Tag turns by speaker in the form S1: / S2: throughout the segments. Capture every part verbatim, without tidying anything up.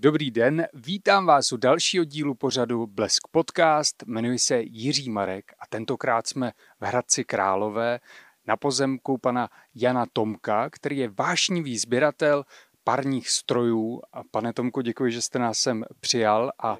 S1: Dobrý den, vítám vás u dalšího dílu pořadu Blesk Podcast. Jmenuji se Jiří Marek a tentokrát jsme v Hradci Králové na pozemku pana Jana Tomka, který je vášnivý sběratel parních strojů. A pane Tomku, děkuji, že jste nás sem přijal. A,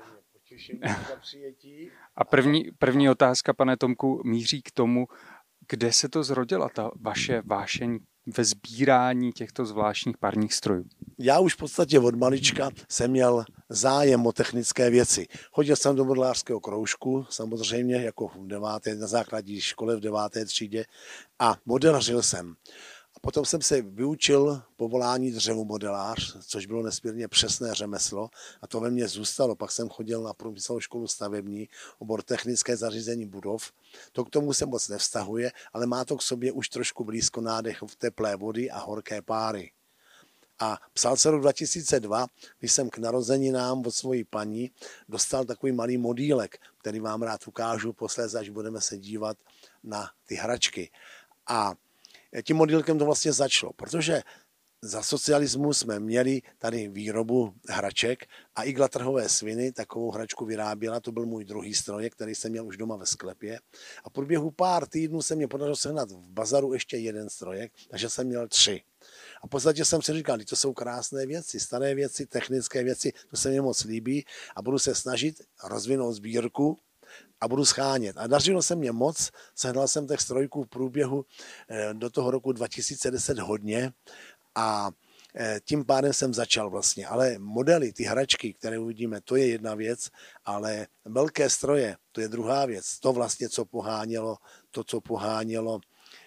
S1: a první, první otázka, pane Tomku, míří k tomu, kde se to zrodila, ta vaše vášeň ve sbírání těchto zvláštních parních strojů?
S2: Já už v podstatě od malička jsem měl zájem o technické věci. Chodil jsem do modelářského kroužku, samozřejmě jako v deváté, na základní škole v deváté třídě a modelařil jsem. A potom jsem se vyučil povolání dřevomodelář, což bylo nesmírně přesné řemeslo a to ve mně zůstalo. Pak jsem chodil na průmyslovou školu stavební, obor technické zařízení budov. To k tomu se moc nevztahuje, ale má to k sobě už trošku blízko nádech v teplé vody a horké páry. A psal se rok dva tisíce dva, když jsem k narozeninám od svojí paní dostal takový malý modílek, který vám rád ukážu posléze, až budeme se dívat na ty hračky. A tím modílkem to vlastně začalo, protože za socialismu jsme měli tady výrobu hraček a Igla trhové sviny takovou hračku vyráběla, to byl můj druhý stroj, který jsem měl už doma ve sklepě. A v průběhu pár týdnů se mě podařilo sehnat v bazaru ještě jeden strojek, takže jsem měl tři. A v podstatě jsem si říkal, že to jsou krásné věci, staré věci, technické věci, to se mi moc líbí a budu se snažit rozvinout sbírku a budu schánět. A dařilo se mě moc, sehnal jsem těch strojků v průběhu do toho roku dva tisíce deset hodně a tím pádem jsem začal vlastně. Ale modely, ty hračky, které uvidíme, to je jedna věc, ale velké stroje, to je druhá věc. To vlastně, co pohánělo, to, co pohánělo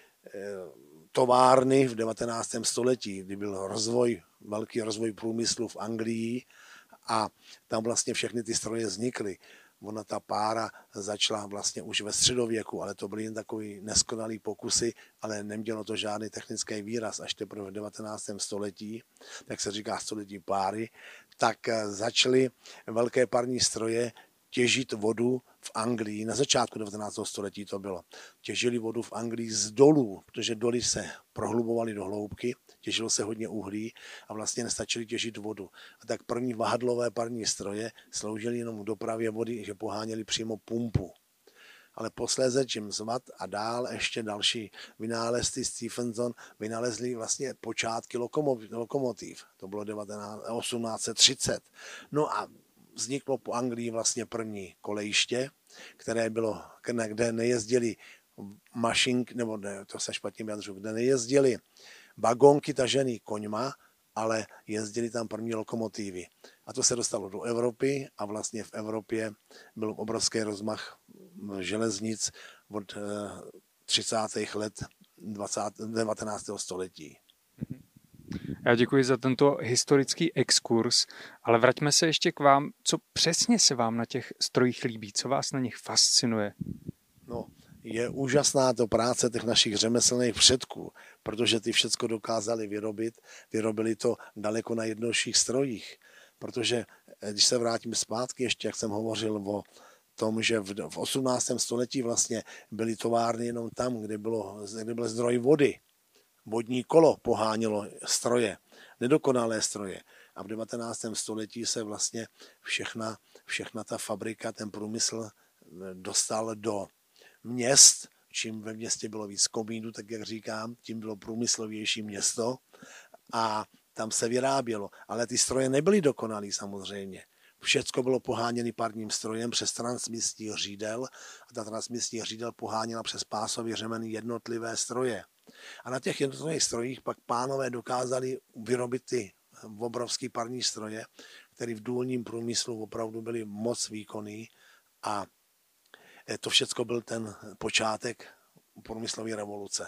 S2: továrny v devatenáctém století, kdy byl rozvoj, velký rozvoj průmyslu v Anglii a tam vlastně všechny ty stroje vznikly. Ona ta pára začala vlastně už ve středověku, ale to byly jen takový neskonalý pokusy, ale nemělo to žádný technický výraz. Až teprve v devatenáctém století, tak se říká století páry, tak začaly velké parní stroje těžit vodu v Anglii, na začátku devatenáctého století to bylo. Těžili vodu v Anglii z dolů, protože doly se prohlubovaly do hloubky, těžilo se hodně uhlí a vlastně nestačili těžit vodu. A tak první vahadlové parní stroje sloužily jenom k dopravě vody, že poháněli přímo pumpu. Ale posléze James Watt a dál ještě další vynálezci Stephenson vynalezli vlastně počátky lokomotiv. To bylo osmnáct set třicet. No a vzniklo po Anglii vlastně první kolejiště, které bylo, kde nejezdili mašink, nebo ne, to se špatně vyjadřu, kde nejezdili vagónky tažený koňma, ale jezdili tam první lokomotivy. A to se dostalo do Evropy a vlastně v Evropě byl obrovský rozmach železnic od třicátých let devatenáctého století.
S1: Já děkuji za tento historický exkurs, ale vraťme se ještě k vám. Co přesně se vám na těch strojích líbí? Co vás na nich fascinuje?
S2: No, je úžasná to práce těch našich řemeslných předků, protože ty všecko dokázali vyrobit. Vyrobili to daleko na jednodušších strojích, protože když se vrátím zpátky, ještě jak jsem hovořil o tom, že v osmnáctém století vlastně byly továrny jenom tam, kde, bylo, kde byl zdroj vody. Vodní kolo pohánělo stroje, nedokonalé stroje. A v devatenáctém století se vlastně všechna, všechna ta fabrika, ten průmysl dostal do měst. Čím ve městě bylo víc komínů, tak jak říkám, tím bylo průmyslovější město a tam se vyrábělo. Ale ty stroje nebyly dokonalý samozřejmě. Všecko bylo poháněné parním strojem přes transmisní řídel a ta transmisní řídel poháněla přes pásově řemeny jednotlivé stroje. A na těch jednotlivých strojích pak pánové dokázali vyrobit ty obrovský parní stroje, které v důlním průmyslu opravdu byly moc výkonný a to všecko byl ten počátek průmyslové revoluce.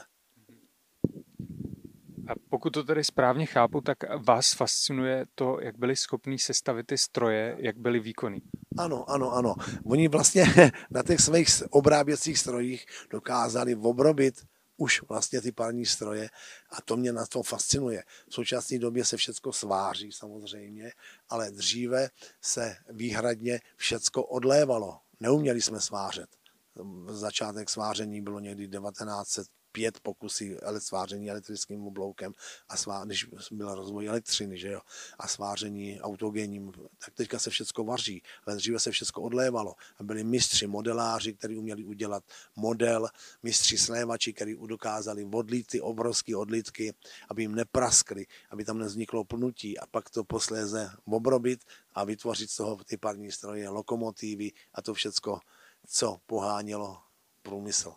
S1: A pokud to tedy správně chápu, tak vás fascinuje to, jak byli schopní sestavit ty stroje, jak byli výkonní.
S2: Ano, ano, ano. Oni vlastně na těch svých obráběcích strojích dokázali obrobit už vlastně ty parní stroje a to mě na tom fascinuje. V současné době se všecko sváří samozřejmě, ale dříve se výhradně všecko odlévalo. Neuměli jsme svářet. Začátek sváření bylo někdy devatenáct set pět pokusy sváření elektrickým obloukem, a svá, když byl rozvoj elektřiny, že jo, a sváření autogenním, tak teďka se všecko vaří, ale dříve se všecko odlévalo. A byli mistři, modeláři, kteří uměli udělat model, mistři slévači, kteří dokázali odlít ty obrovské odlitky, aby jim nepraskly, aby tam nevzniklo pnutí, a pak to posléze obrobit a vytvořit z toho ty parní stroje, lokomotivy a to všecko, co pohánělo průmysl.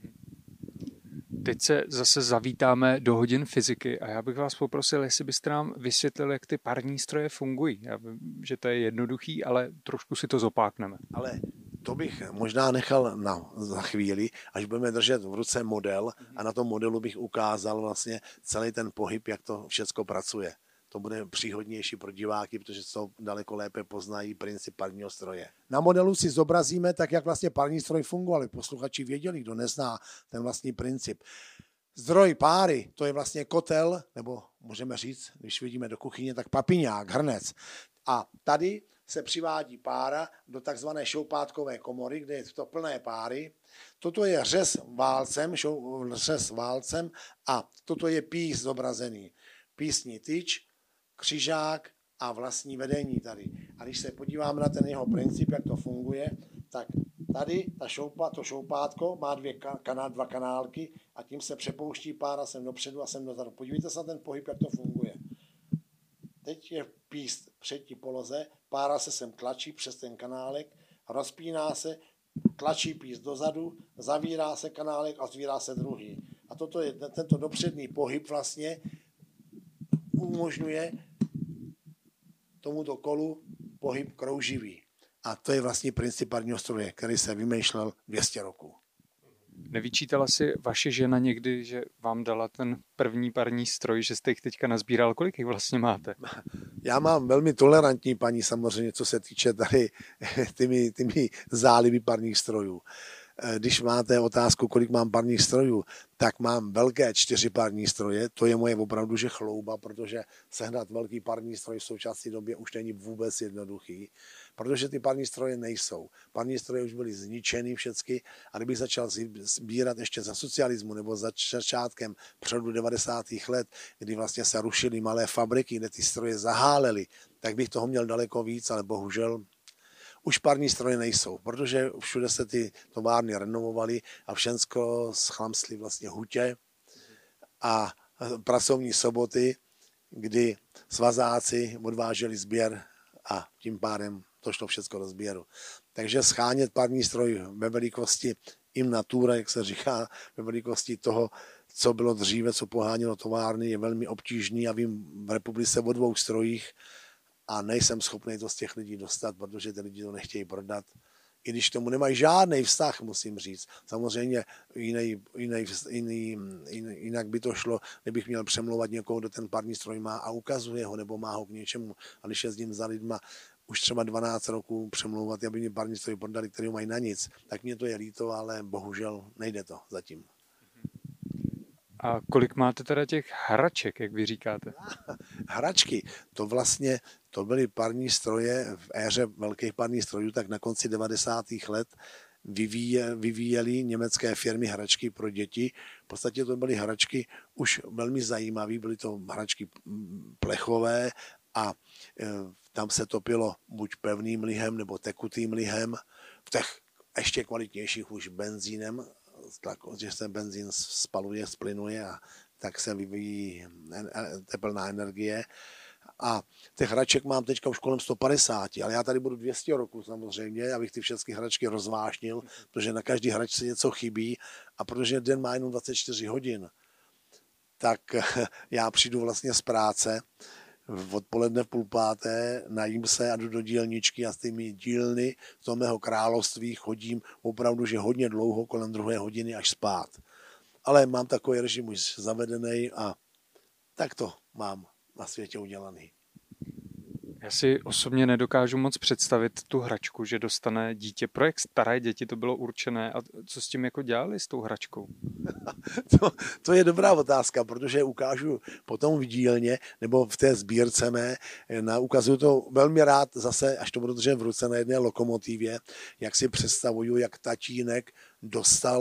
S1: Teď se zase zavítáme do hodin fyziky a já bych vás poprosil, jestli byste nám vysvětlili, jak ty parní stroje fungují. Já vím, že to je jednoduchý, ale trošku si to zopákneme.
S2: Ale to bych možná nechal na, za chvíli, až budeme držet v ruce model a na tom modelu bych ukázal vlastně celý ten pohyb, jak to všecko pracuje. To bude příhodnější pro diváky, protože to daleko lépe poznají princip parního stroje. Na modelu si zobrazíme tak, jak vlastně parní stroj fungoval. Posluchači věděli, kdo nezná ten vlastní princip. Zdroj páry, to je vlastně kotel, nebo můžeme říct, když vidíme do kuchyně, tak papiňák, hrnec. A tady se přivádí pára do takzvané šoupátkové komory, kde je to plné páry. Toto je řez válcem, šou, řez válcem a toto je pís zobrazený. Písní tyč, křižák a vlastní vedení tady. A když se podíváme na ten jeho princip, jak to funguje, tak tady ta šoupa, to šoupátko má dvě kanál, dva kanálky a tím se přepouští pára sem dopředu a sem dozadu. Podívejte se na ten pohyb, jak to funguje. Teď je píst v třetí poloze, pára se sem tlačí přes ten kanálek, rozpíná se, tlačí píst dozadu, zavírá se kanálek a otvírá se druhý. A toto je tento dopřední pohyb vlastně umožňuje tomuto kolu pohyb krouživý. A to je vlastně princip parního stroje, který se vymýšlel dvě stě roků.
S1: Nevyčítala si vaše žena někdy, že vám dala ten první parní stroj, že jste jich teďka nazbíral? Kolik jich vlastně máte?
S2: Já mám velmi tolerantní paní samozřejmě, co se týče tady těmi, těmi záliby parních strojů. Když máte otázku, kolik mám parních strojů, tak mám velké čtyři parní stroje. To je moje opravdu že chlouba, protože sehnat velký parní stroj v současné době už není vůbec jednoduchý, protože ty parní stroje nejsou. Parní stroje už byly zničeny všechny a kdybych začal sbírat ještě za socialismu nebo za začátkem přerodu devadesátých let, kdy vlastně se rušily malé fabriky, kde ty stroje zahálely, tak bych toho měl daleko víc, ale bohužel už parní stroje nejsou, protože všude se ty továrny renovovaly a všecko schlamstly vlastně hutě a pracovní soboty, kdy svazáci odváželi sběr a tím pádem to šlo všecko do sběru. Takže schánět parní stroj ve velikosti im natura, jak se říká, ve velikosti toho, co bylo dříve, co pohánělo továrny, je velmi obtížný. Já vím v republice o dvou strojích, a nejsem schopný to z těch lidí dostat, protože ty lidi to nechtějí prodat. I když tomu nemají žádný vztah, musím říct. Samozřejmě jiný, jiný, jiný, jinak by to šlo, kdybych měl přemlouvat někoho, kdo ten parní stroj má a ukazuje ho, nebo má ho k něčemu. A když jezdím za lidma už třeba dvanáct roků přemlouvat, aby mě parní stroj prodali, který mají na nic, tak mě to je líto, ale bohužel nejde to zatím.
S1: A kolik máte teda těch hraček, jak vy říkáte?
S2: Hračky, to vlastně, to byly parní stroje v éře velkých parních strojů, tak na konci devadesátých let vyvíje, vyvíjely německé firmy hračky pro děti. V podstatě to byly hračky už velmi zajímavé, byly to hračky plechové a e, tam se topilo buď pevným lihem nebo tekutým lihem, v těch ještě kvalitnějších už benzínem, tak, že se benzín spaluje, splynuje a tak se vyvíjí teplná energie. A těch hraček mám teďka už kolem sto padesát, ale já tady budu dvě stě roků samozřejmě, abych ty všechny hračky rozvášnil, protože na každý hračce něco chybí a protože den má jenom dvacet čtyři hodin, tak já přijdu vlastně z práce, v odpoledne v půl páté, najím se a jdu do dílničky a s těmi dílny z toho mého království chodím opravdu, že hodně dlouho, kolem druhé hodiny až spát. Ale mám takový režim už zavedený a tak to mám na světě udělaný.
S1: Já si osobně nedokážu moc představit tu hračku, že dostane dítě. Pro jak staré děti to bylo určené a co s tím jako dělali s tou hračkou?
S2: to, to je dobrá otázka, protože ukážu potom v dílně nebo v té sbírce mé, na, ukazuju to velmi rád zase, až to budu držet v ruce na jedné lokomotivě, jak si představuju, jak tatínek dostal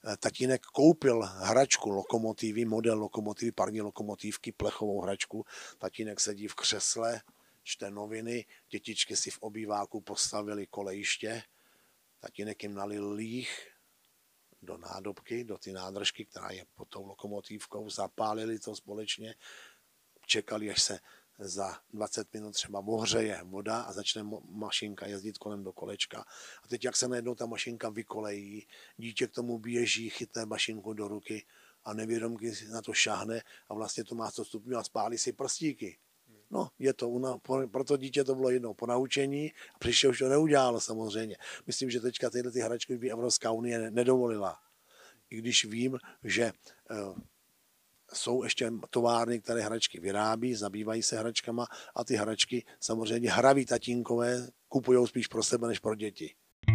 S2: tatínek koupil hračku lokomotivy, model lokomotivy, parní lokomotivky, plechovou hračku. Tatínek sedí v křesle, čte noviny, dětičky si v obýváku postavili kolejiště, tatínek jim nalil líh do nádobky, do ty nádržky, která je pod tou lokomotivkou, zapálili to společně, čekali, až se za dvacet minut třeba ohřeje voda a začne mašinka jezdit kolem do kolečka. A teď, jak se najednou ta mašinka vykolejí, dítě k tomu běží, chytne mašinku do ruky a nevědomky na to šáhne a vlastně to má sto stupňů a spálí si prstíky. No, je to, una, pro to dítě to bylo jednou po naučení a příště už to neudělalo samozřejmě. Myslím, že teďka tyhle ty hračky by Evropská unie nedovolila. I když vím, že uh, jsou ještě továrny, které hračky vyrábí, zabývají se hračkama a ty hračky samozřejmě hraví tatínkové kupují spíš pro sebe než pro děti.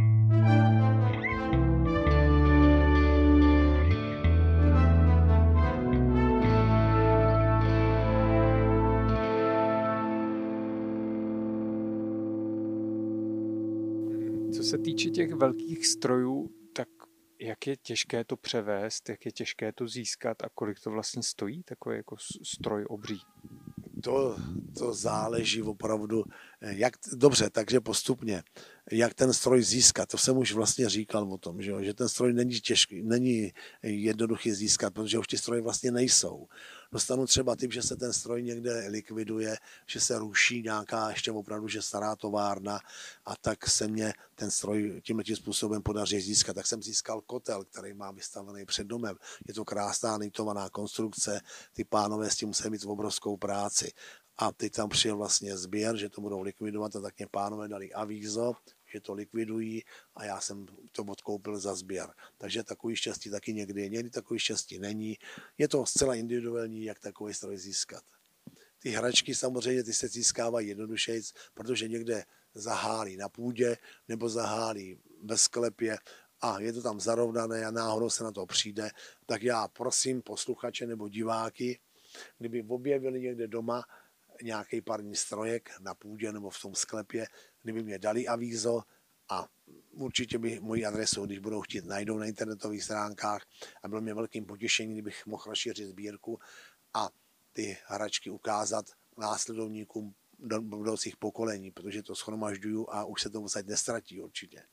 S1: Co se týče těch velkých strojů, tak jak je těžké to převést, jak je těžké to získat a kolik to vlastně stojí, takový jako stroj obří?
S2: To, to záleží opravdu, jak, dobře, takže postupně, jak ten stroj získat, to jsem už vlastně říkal o tom, že, že ten stroj není těžký, není jednoduchý získat, protože už ty stroje vlastně nejsou. Dostanu třeba typ, že se ten stroj někde likviduje, že se ruší nějaká ještě opravdu, že stará továrna a tak se mě ten stroj tímhle způsobem podaří získat. Tak jsem získal kotel, který má vystavený před domem. Je to krásná nitovaná konstrukce, ty pánové s tím musí mít obrovskou práci. A teď tam přijel vlastně sběr, že to budou likvidovat a tak mě pánové dali avízo, že to likvidují a já jsem to odkoupil za sběr. Takže takový štěstí taky někdy je, někdy takový štěstí není. Je to zcela individuální, jak takový stroj získat. Ty hračky samozřejmě ty se získávají jednodušejc, protože někde zahálí na půdě nebo zahálí ve sklepě a je to tam zarovnané a náhodou se na to přijde, tak já prosím posluchače nebo diváky, kdyby objevili někde doma nějaký parní strojek na půdě nebo v tom sklepě, kdyby mě dali avízo a určitě by moji adresu, když budou chtít, najdou na internetových stránkách a bylo mě velkým potěšením, kdybych mohl rozšířit sbírku a ty hračky ukázat následovníkům do budoucích pokolení, protože to shromažďuju a už se to vůbec nestratí určitě.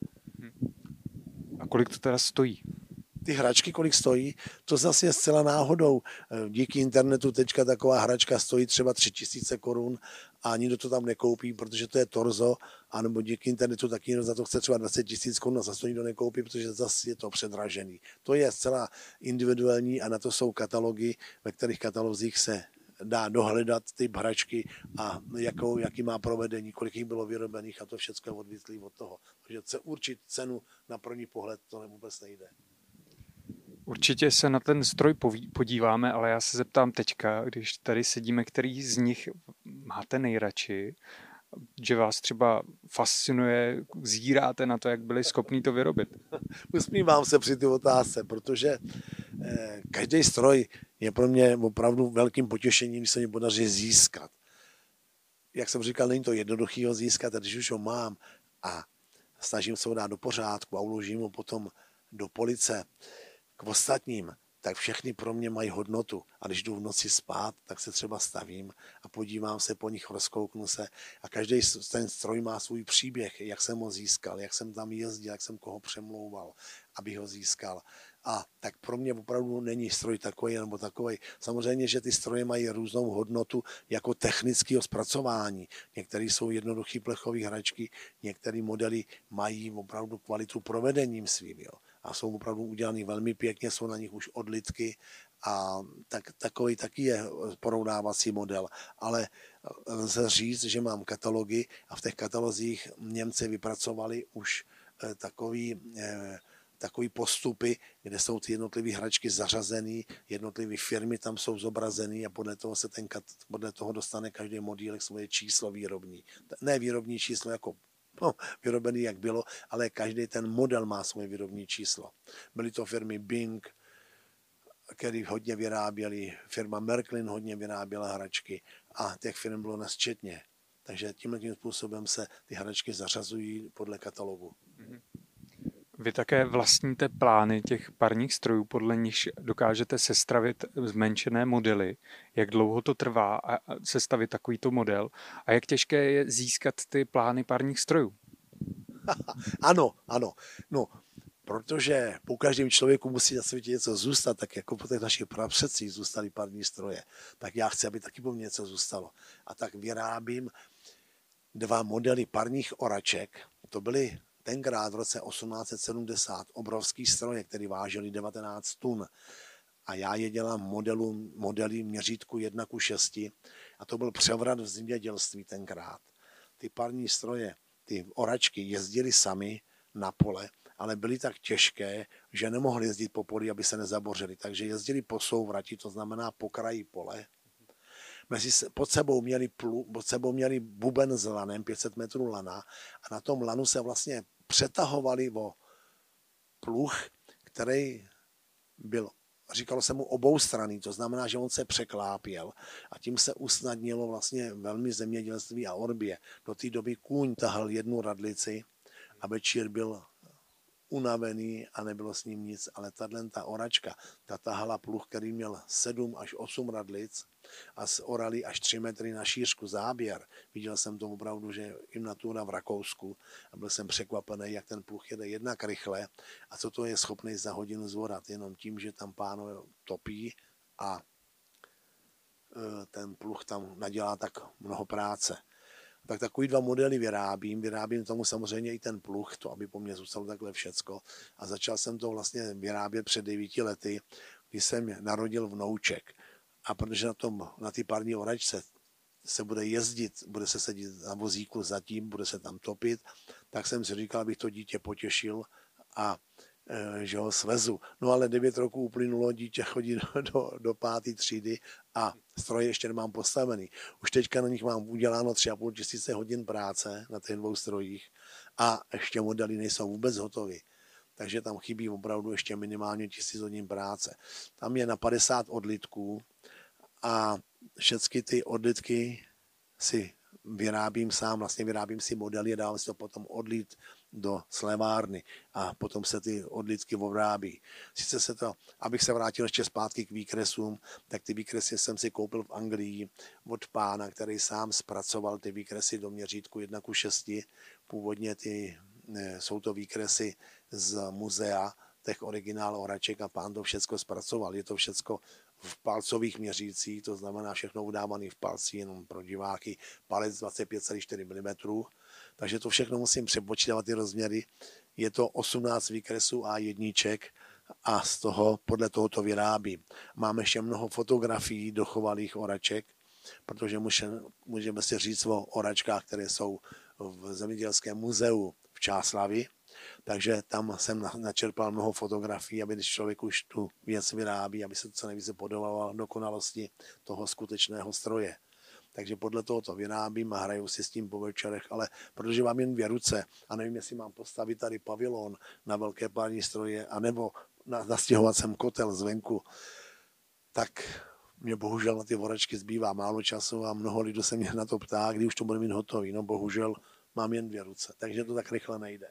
S1: A kolik to teda stojí?
S2: Ty hračky, kolik stojí, to zase je zcela náhodou. Díky internetu teďka taková hračka stojí třeba tři tisíce korun a nikdo to tam nekoupí, protože to je torzo, anebo díky internetu taky někdo za to chce třeba dvacet tisíc korun a zase to nikdo nekoupí, protože zase je to předražený. To je zcela individuální a na to jsou katalogy, ve kterých katalozích se dá dohledat ty hračky a jakou, jaký má provedení, kolik jich bylo vyrobených a to všechno je odvislý od toho. Takže určit cenu na první pohled to vůbec nejde.
S1: Určitě se na ten stroj podíváme, ale já se zeptám teďka, když tady sedíme, který z nich máte nejradši, že vás třeba fascinuje, zíráte na to, jak byli schopní to vyrobit.
S2: Usmívám se při ty otázce, protože eh, každý stroj je pro mě opravdu velkým potěšením, když se mi podaří získat. Jak jsem říkal, není to jednoduchý ho získat, a když už ho mám a snažím se ho dát do pořádku a uložím ho potom do police k ostatním, tak všechny pro mě mají hodnotu. A když jdu v noci spát, tak se třeba stavím a podívám se po nich, rozkouknu se a každý ten stroj má svůj příběh, jak jsem ho získal, jak jsem tam jezdil, jak jsem koho přemlouval, abych ho získal. A tak pro mě opravdu není stroj takový nebo takový. Samozřejmě, že ty stroje mají různou hodnotu jako technického zpracování. Některé jsou jednoduché plechové hračky, některé modely mají opravdu kvalitu provedením svým. Jo. A jsou opravdu udělané velmi pěkně, jsou na nich už odlitky a tak, takový taky je porovnávací model. Ale lze říct, že mám katalogy a v těch katalozích Němci vypracovali už takový takový postupy, kde jsou ty jednotlivé hračky zařazený, jednotlivé firmy tam jsou zobrazený a podle toho se ten podle toho dostane každý modílek svoje číslo výrobní. Ne výrobní číslo jako no, vyrobený, jak bylo, ale každý ten model má svoje výrobní číslo. Byly to firmy Bing, který hodně vyráběli, firma Märklin hodně vyráběla hračky a těch firm bylo nesčetně. Takže tímhle tím způsobem se ty hračky zařazují podle katalogu.
S1: Vy také vlastníte plány těch parních strojů, podle nichž dokážete sestavit zmenšené modely. Jak dlouho to trvá sestavit takovýto model a jak těžké je získat ty plány parních strojů?
S2: Ano, ano. No, protože po každém člověku musí na světě něco zůstat, tak jako po těch našich prapředcích zůstaly parní stroje, tak já chci, aby taky po mně něco zůstalo. A tak vyrábím dva modely parních oraček. To byly tenkrát v roce osmnáct set sedmdesát obrovský stroje, které vážily devatenáct tun. A já je dělám modelu, modely měřítku jedna ku šesti a to byl převrat v zemědělství tenkrát. Ty parní stroje, ty oračky jezdily sami na pole, ale byly tak těžké, že nemohly jezdit po poli, aby se nezabořily. Takže jezdili po souvrati, to znamená po kraji pole. Mezi, pod, sebou měli plu, pod sebou měli buben s lanem, pět set metrů lana a na tom lanu se vlastně přetahovali o pluh, který byl, říkalo se mu oboustranný, to znamená, že on se překlápěl a tím se usnadnilo vlastně velmi zemědělství a orbě. Do té doby kůň tahal jednu radlici a večer byl unavený a nebylo s ním nic, ale tato ta oračka, ta tahala pluh, který měl sedm až osm radlic a orali až tři metry na šířku záběr. Viděl jsem to opravdu, že jim natura v Rakousku a byl jsem překvapený, jak ten pluh jede jednak rychle a co to je schopný za hodinu zvorat, jenom tím, že tam pánové topí a ten pluh tam nadělá tak mnoho práce. Tak takový dva modely vyrábím. Vyrábím tomu samozřejmě i ten pluh, to aby po mně zůstalo takhle všecko. A začal jsem to vlastně vyrábět před devíti lety, kdy jsem narodil vnouček. A protože na tom, na ty parní oračce se bude jezdit, bude se sedět na vozíku zatím, bude se tam topit, tak jsem si říkal, abych to dítě potěšil a že ho svezu. No ale devět roků uplynulo, dítě chodí do, do, do páté třídy a stroje ještě nemám postavený. Už teďka na nich mám uděláno tři a půl tisíce hodin práce na těch dvou strojích a ještě modely nejsou vůbec hotovy. Takže tam chybí opravdu ještě minimálně tisíc hodin práce. Tam je na padesát odlitků a všechny ty odlitky si vyrábím sám, vlastně vyrábím si modely a dávám si to potom odlit do slévárny a potom se ty odlitky obrábí. Sice se to, abych se vrátil ještě zpátky k výkresům, tak ty výkresy jsem si koupil v Anglii od pána, který sám zpracoval ty výkresy do měřítku jedna ku šesti. Původně ty, jsou to výkresy z muzea, těch originál oraček a pán to všecko zpracoval. Je to všecko v palcových měřících, to znamená všechno udávané v palci, jenom pro diváky, palec dvacet pět celá čtyři milimetru. Takže to všechno musím přepočítat ty rozměry. Je to osmnáct výkresů A jedniček a z toho, podle toho to vyrábím. Mám ještě mnoho fotografií dochovalých oraček, protože můžeme si říct o oračkách, které jsou v Zemědělském muzeu v Čáslavi. Takže tam jsem načerpal mnoho fotografií, aby když člověk už tu věc vyrábí, aby se to co nejvíce podobalo dokonalosti toho skutečného stroje. Takže podle toho to vyrábím a hraju si s tím po večerech, ale protože mám jen dvě ruce a nevím, jestli mám postavit tady pavilon na velké pární stroje anebo na, nastěhovat sem kotel zvenku, tak mě bohužel na ty oračky zbývá málo času a mnoho lidí se mě na to ptá, kdy už to bude mít hotový. No bohužel mám jen dvě ruce, takže to tak rychle nejde.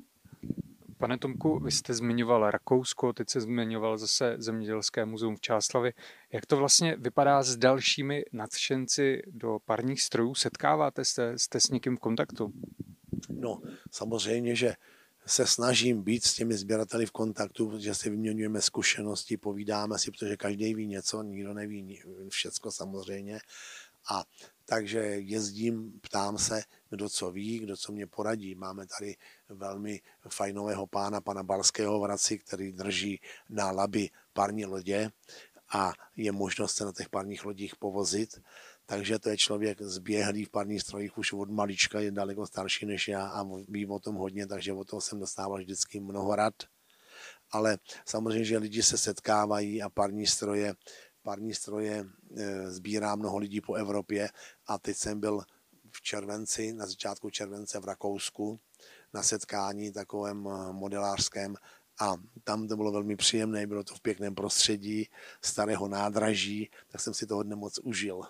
S1: Pane Tomku, vy jste zmiňoval Rakousko, teď se zmiňoval zase Zemědělské muzeum v Čáslavi. Jak to vlastně vypadá s dalšími nadšenci do parních strojů? Setkáváte se, jste s někým v kontaktu?
S2: No, samozřejmě, že se snažím být s těmi sběrateli v kontaktu, že si vyměňujeme zkušenosti, povídáme si, protože každý ví něco, nikdo neví všecko samozřejmě. A takže jezdím, ptám se, kdo co ví, kdo co mě poradí. Máme tady velmi fajnového pána, pana Balského v Hradci, který drží na Labi parní lodě a je možnost se na těch parních lodích povozit. Takže to je člověk zběhlý v parních strojích už od malička, je daleko starší než já a ví o tom hodně, takže o toho jsem dostával vždycky mnoho rad. Ale samozřejmě, že lidi se setkávají a parní stroje Parní stroje sbírá mnoho lidí po Evropě a teď jsem byl v červenci, na začátku července v Rakousku na setkání takovém modelářském a tam to bylo velmi příjemné, bylo to v pěkném prostředí starého nádraží, tak jsem si to hodně moc užil.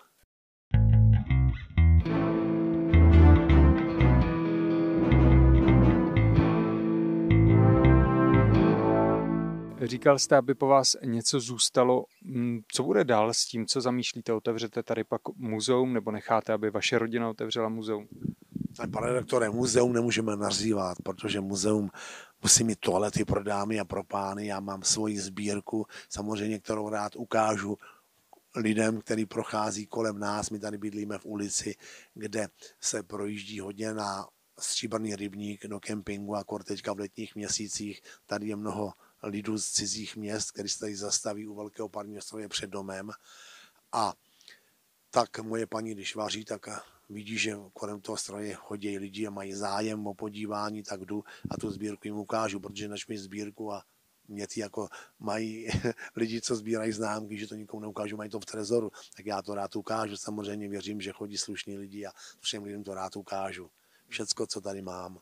S1: Říkal jste, aby po vás něco zůstalo. Co bude dál s tím, co zamýšlíte? Otevřete tady pak muzeum nebo necháte, aby vaše rodina otevřela muzeum?
S2: Pane redaktore, muzeum nemůžeme nazývat, protože muzeum musí mít toalety pro dámy a pro pány. Já mám svoji sbírku, samozřejmě, kterou rád ukážu lidem, který prochází kolem nás. My tady bydlíme v ulici, kde se projíždí hodně na Stříbrný rybník do kempingu, a teďka v letních měsících tady je mnoho lidů z cizích měst, kteří se tady zastaví u velkého parního stroje před domem. A tak moje paní, když vaří, tak vidí, že kolem toho stroje chodí lidi a mají zájem o podívání, tak jdu a tu sbírku jim ukážu, protože než mi sbírku a mě ty jako mají lidi, co sbírají známky, že to nikomu neukážu, mají to v trezoru, tak já to rád ukážu. Samozřejmě věřím, že chodí slušní lidi a všem lidem to rád ukážu. Všecko, co tady mám.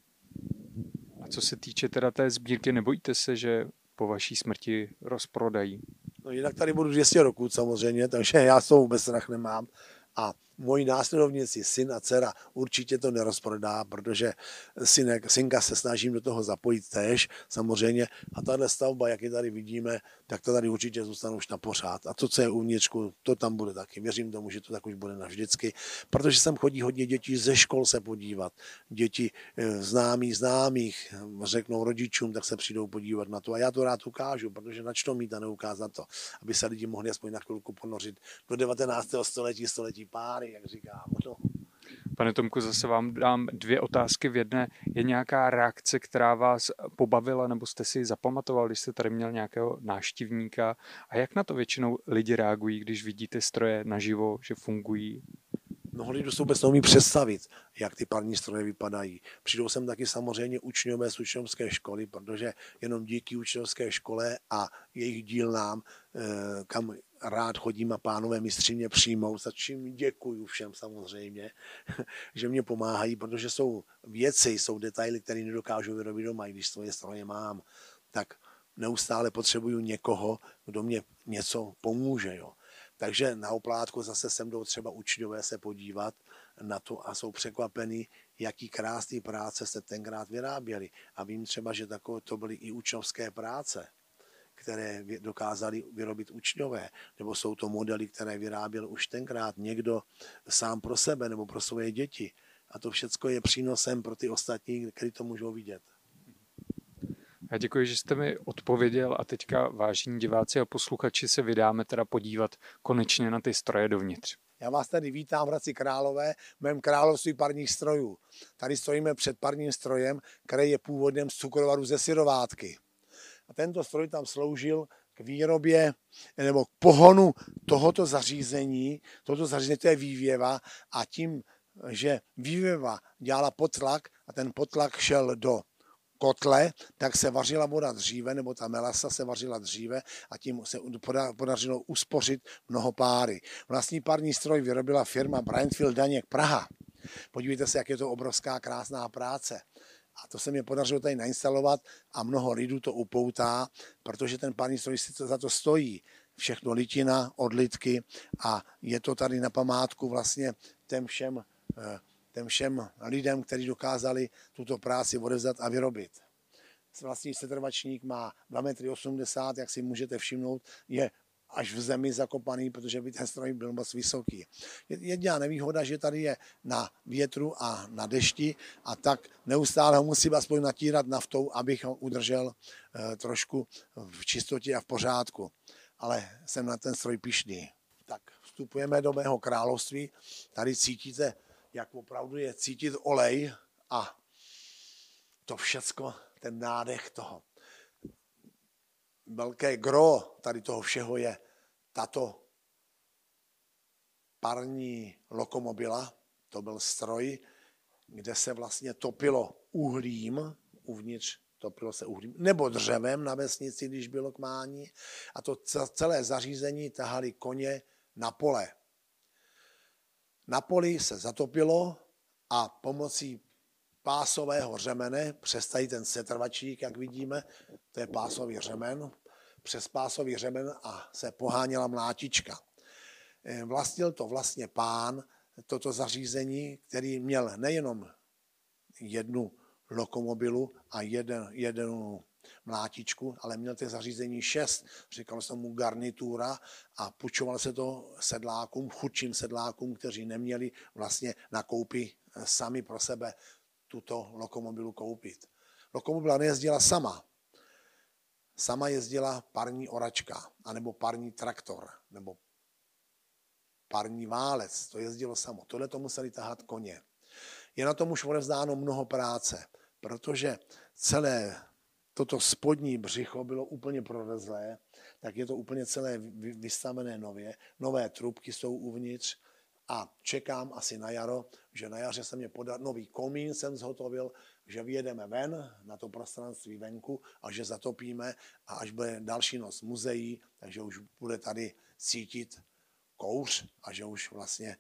S1: A co se týče teda té sbírky, nebojíte se, že po vaší smrti rozprodají?
S2: No jinak tady budu dvě stě roků samozřejmě, takže já s toho vůbec strach nemám. A moji následovníci, syn a dcera, určitě to nerozprodá, protože synek, synka se snažím do toho zapojit též, samozřejmě. A tahle stavba, jak ji tady vidíme, tak to tady určitě zůstane už na pořád. A to, co je uvnitřku, to tam bude taky. Věřím tomu, že to tak už bude navždycky, protože sem chodí hodně dětí ze škol se podívat. Děti známí známých řeknou rodičům, tak se přijdou podívat na to. A já to rád ukážu, protože načto mít a neukázat to, aby se lidi mohli aspoň na chvilku ponořit do devatenáctého století, století páry, jak říkám. No.
S1: Pane Tomku, zase vám dám dvě otázky v jedné. Je nějaká reakce, která vás pobavila, nebo jste si zapamatoval, když jste tady měl nějakého návštěvníka? A jak na to většinou lidi reagují, když vidíte stroje naživo, že fungují?
S2: Mnoho lidí se vůbec neumí představit, jak ty parní stroje vypadají. Přijdou sem taky samozřejmě učňové z učňovské školy, protože jenom díky učňovské škole a jejich dílnám, kam rád chodím a pánové mistři mě přijmou, za čím děkuju všem samozřejmě, že mě pomáhají, protože jsou věci, jsou detaily, které nedokážu vyrobit doma, i když svoje stroje mám, tak neustále potřebuju někoho, kdo mě něco pomůže. Jo. Takže na oplátku zase sem jdou třeba učňové se podívat na to a jsou překvapení, jaký krásný práce se tenkrát vyráběly. A vím třeba, že takové to byly i učňovské práce, které dokázali vyrobit učňové, nebo jsou to modely, které vyráběl už tenkrát někdo sám pro sebe nebo pro svoje děti. A to všechno je přínosem pro ty ostatní, kteří to můžou vidět.
S1: Já děkuji, že jste mi odpověděl a teďka, vážení diváci a posluchači, se vydáme teda podívat konečně na ty stroje dovnitř.
S2: Já vás tady vítám v Hradci Králové, v mém království parních strojů. Tady stojíme před parním strojem, který je původem z cukrovaru ze syrovátky. A tento stroj tam sloužil k výrobě nebo k pohonu tohoto zařízení. Toto zařízení to je vývěva a tím, že vývěva dělala potlak a ten potlak šel do kotle, tak se vařila voda dříve, nebo ta melasa se vařila dříve a tím se podařilo uspořit mnoho páry. Vlastní parní stroj vyrobila firma Brandfield Daněk Praha. Podívejte se, jak je to obrovská krásná práce. A to se mi podařilo tady nainstalovat a mnoho lidů to upoutá, protože ten parní stroj si to za to stojí. Všechno litina, odlitky a je to tady na památku vlastně těm všem, těm všem lidem, kteří dokázali tuto práci odevzdat a vyrobit. Vlastní setrvačník má dva metry osmdesát, jak si můžete všimnout, je až v zemi zakopaný, protože by ten stroj byl moc vysoký. Jediná nevýhoda, že tady je na větru a na dešti a tak neustále ho musím aspoň natírat naftou, abych ho udržel trošku v čistotě a v pořádku. Ale jsem na ten stroj pyšný. Tak vstupujeme do mého království. Tady cítíte, jak opravdu je cítit olej a to všecko, ten nádech toho. Velké gro tady toho všeho je tato parní lokomobila. To byl stroj, kde se vlastně topilo uhlím, uvnitř topilo se uhlím, nebo dřevem na vesnici, když bylo k mání. A to celé zařízení tahali koně na pole. Na poli se zatopilo a pomocí pásového řemene, přes tady ten setrvačník, jak vidíme, to je pásový řemen, přes pásový řemen a se poháněla mlátička. Vlastnil to vlastně pán, toto zařízení, který měl nejenom jednu lokomobilu a jeden, jeden mlátičku, ale měl těch zařízení šest. Říkalo se mu garnitura a půjčoval se to sedlákům, chudším sedlákům, kteří neměli vlastně na koupi sami pro sebe tuto lokomobilu koupit. Lokomobila nejezdila sama. Sama jezdila parní oračka, anebo parní traktor, nebo parní válec. To jezdilo samo. Tohle to museli tahat koně. Je na tom už odevzdáno mnoho práce, protože celé toto spodní břicho bylo úplně prorezlé, tak je to úplně celé vystavené nově. Nové trubky jsou uvnitř a čekám asi na jaro, že na jaře se mě podaří, nový komín jsem zhotovil, že vyjedeme ven na to prostranství venku a že zatopíme a až bude další noc muzeí, takže už bude tady cítit kouř a že už vlastně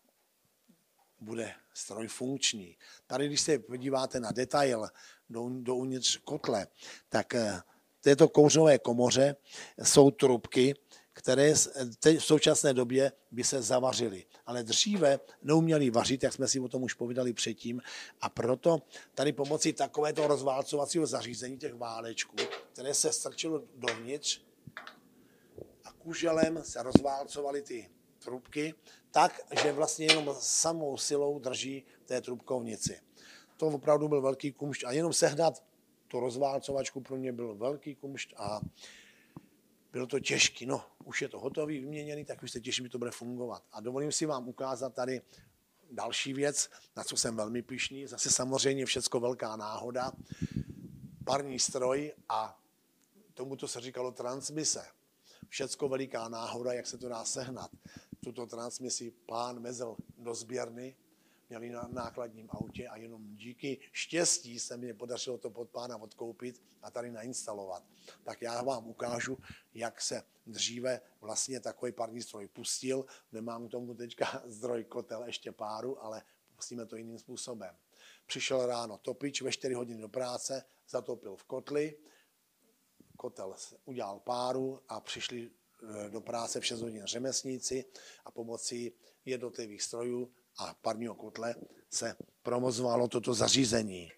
S2: bude stroj funkční. Tady, když se podíváte na detail do, do uvnitř kotle, tak v této kouřové komoře jsou trubky, které v současné době by se zavařily. Ale dříve neuměli vařit, jak jsme si o tom už povídali předtím, a proto tady pomocí takovéto rozválcovacího zařízení těch válečků, které se strčilo dovnitř a kuželem se rozválcovaly ty trubky, tak, že vlastně jenom samou silou drží té trubkovnici. To opravdu byl velký kumšt a jenom sehnat tu rozválcovačku pro mě byl velký kumšt a bylo to těžké. No, už je to hotový, vyměněný, tak už se těším, že to bude fungovat. A dovolím si vám ukázat tady další věc, na co jsem velmi pyšný. Zase samozřejmě všecko velká náhoda. Parní stroj a tomuto se říkalo transmise. Všecko veliká náhoda, jak se to dá sehnat. Tuto transmisi pán vezl do sběrny, měli na nákladním autě a jenom díky štěstí se mi podařilo to pod pána odkoupit a tady nainstalovat. Tak já vám ukážu, jak se dříve vlastně takový parní stroj pustil. Nemám k tomu teďka zdroj kotel ještě páru, ale pustíme to jiným způsobem. Přišel ráno topič ve čtyři hodiny do práce, zatopil v kotli, kotel udělal páru a přišli do práce v šest hodin řemeslníci a pomocí jednotlivých strojů a parního kotle se provozovalo toto zařízení.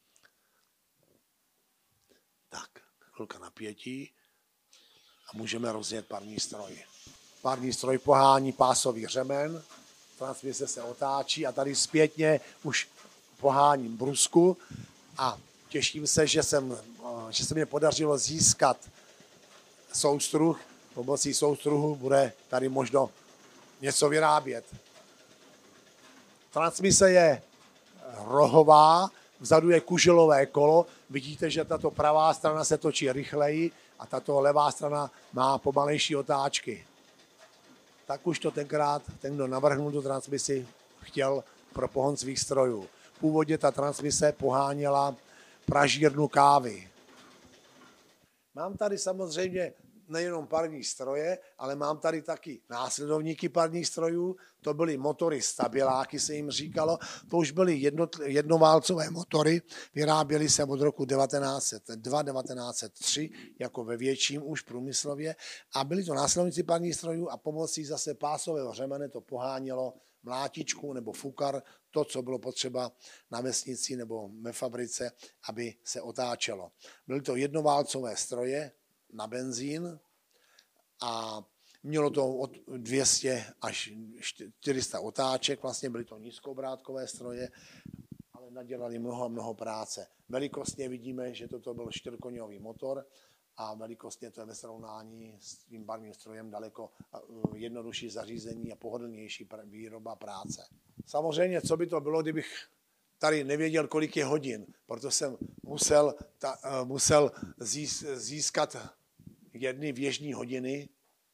S2: Tak, chvilka napětí a můžeme rozjet parní stroj. Parní stroj pohání pásový řemen, transmise se otáčí a tady zpětně už poháním brusku a těším se, že, jsem, že se mě podařilo získat soustruh. Pomocí soustruhu bude tady možno něco vyrábět. Transmise je rohová, vzadu je kuželové kolo. Vidíte, že tato pravá strana se točí rychleji a tato levá strana má pomalejší otáčky. Tak už to tenkrát, ten, kdo navrhnul tu transmisi, chtěl pro pohon svých strojů. Původně ta transmise poháněla pražírnu kávy. Mám tady samozřejmě nejenom parní stroje, ale mám tady taky následovníky parních strojů. To byly motory stabiláky, se jim říkalo. To už byly jedno, jednoválcové motory. Vyráběly se od roku devatenáct set dva devatenáct set tři, jako ve větším už průmyslově. A byly to následovníci parních strojů a pomocí zase pásového řemene to pohánělo mlátičku nebo fukar, to, co bylo potřeba na vesnici nebo ve fabrice, aby se otáčelo. Byly to jednoválcové stroje na benzín a mělo to od dvě stě až čtyři sta otáček, vlastně byly to nízkoobrátkové stroje, ale nadělali mnoho a mnoho práce. Velikostně vidíme, že toto byl čtyřkoňový motor a velikostně to je ve srovnání s tím parním strojem daleko jednodušší zařízení a pohodlnější výroba práce. Samozřejmě, co by to bylo, kdybych tady nevěděl, kolik je hodin, proto jsem musel, ta, musel získat jedny věžní hodiny.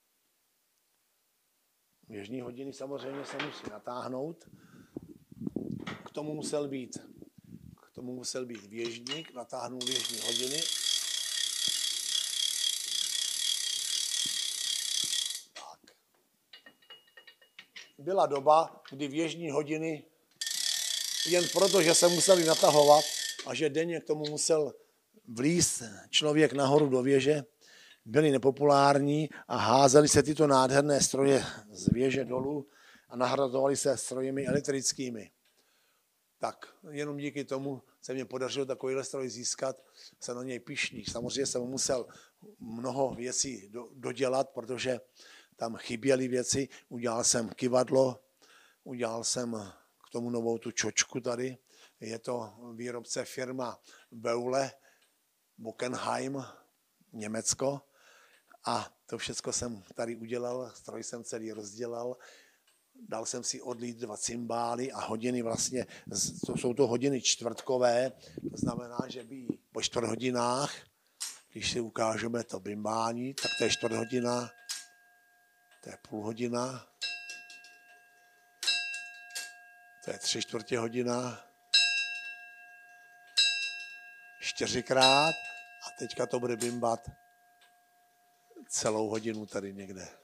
S2: Věžní hodiny samozřejmě se musí natáhnout. K tomu musel být, k tomu musel být věžník, natáhnul věžní hodiny. Tak. Byla doba, kdy věžní hodiny jen proto, že se museli natahovat a že denně k tomu musel vlízt člověk nahoru do věže, byly nepopulární a házely se tyto nádherné stroje z věže dolů a nahrazovaly se strojemi elektrickými. tak jenom díky tomu se mě podařilo takovýhle stroj získat, jsem na něj pyšný. Samozřejmě jsem musel mnoho věcí do, dodělat, protože tam chyběly věci. Udělal jsem kyvadlo, udělal jsem k tomu novou tu čočku tady. Je to výrobce firma Beule, Bockenheim, Německo. A to všechno jsem tady udělal, stroj jsem celý rozdělal. Dal jsem si odlít dva cymbály a hodiny vlastně, to jsou to hodiny čtvrtkové, to znamená, že by po čtvrt hodinách, když si ukážeme to bimbání, tak to je čtvrt hodina, to je půl hodina, to je tři čtvrtě hodina, čtyřikrát a teďka to bude bimbat celou hodinu tady někde.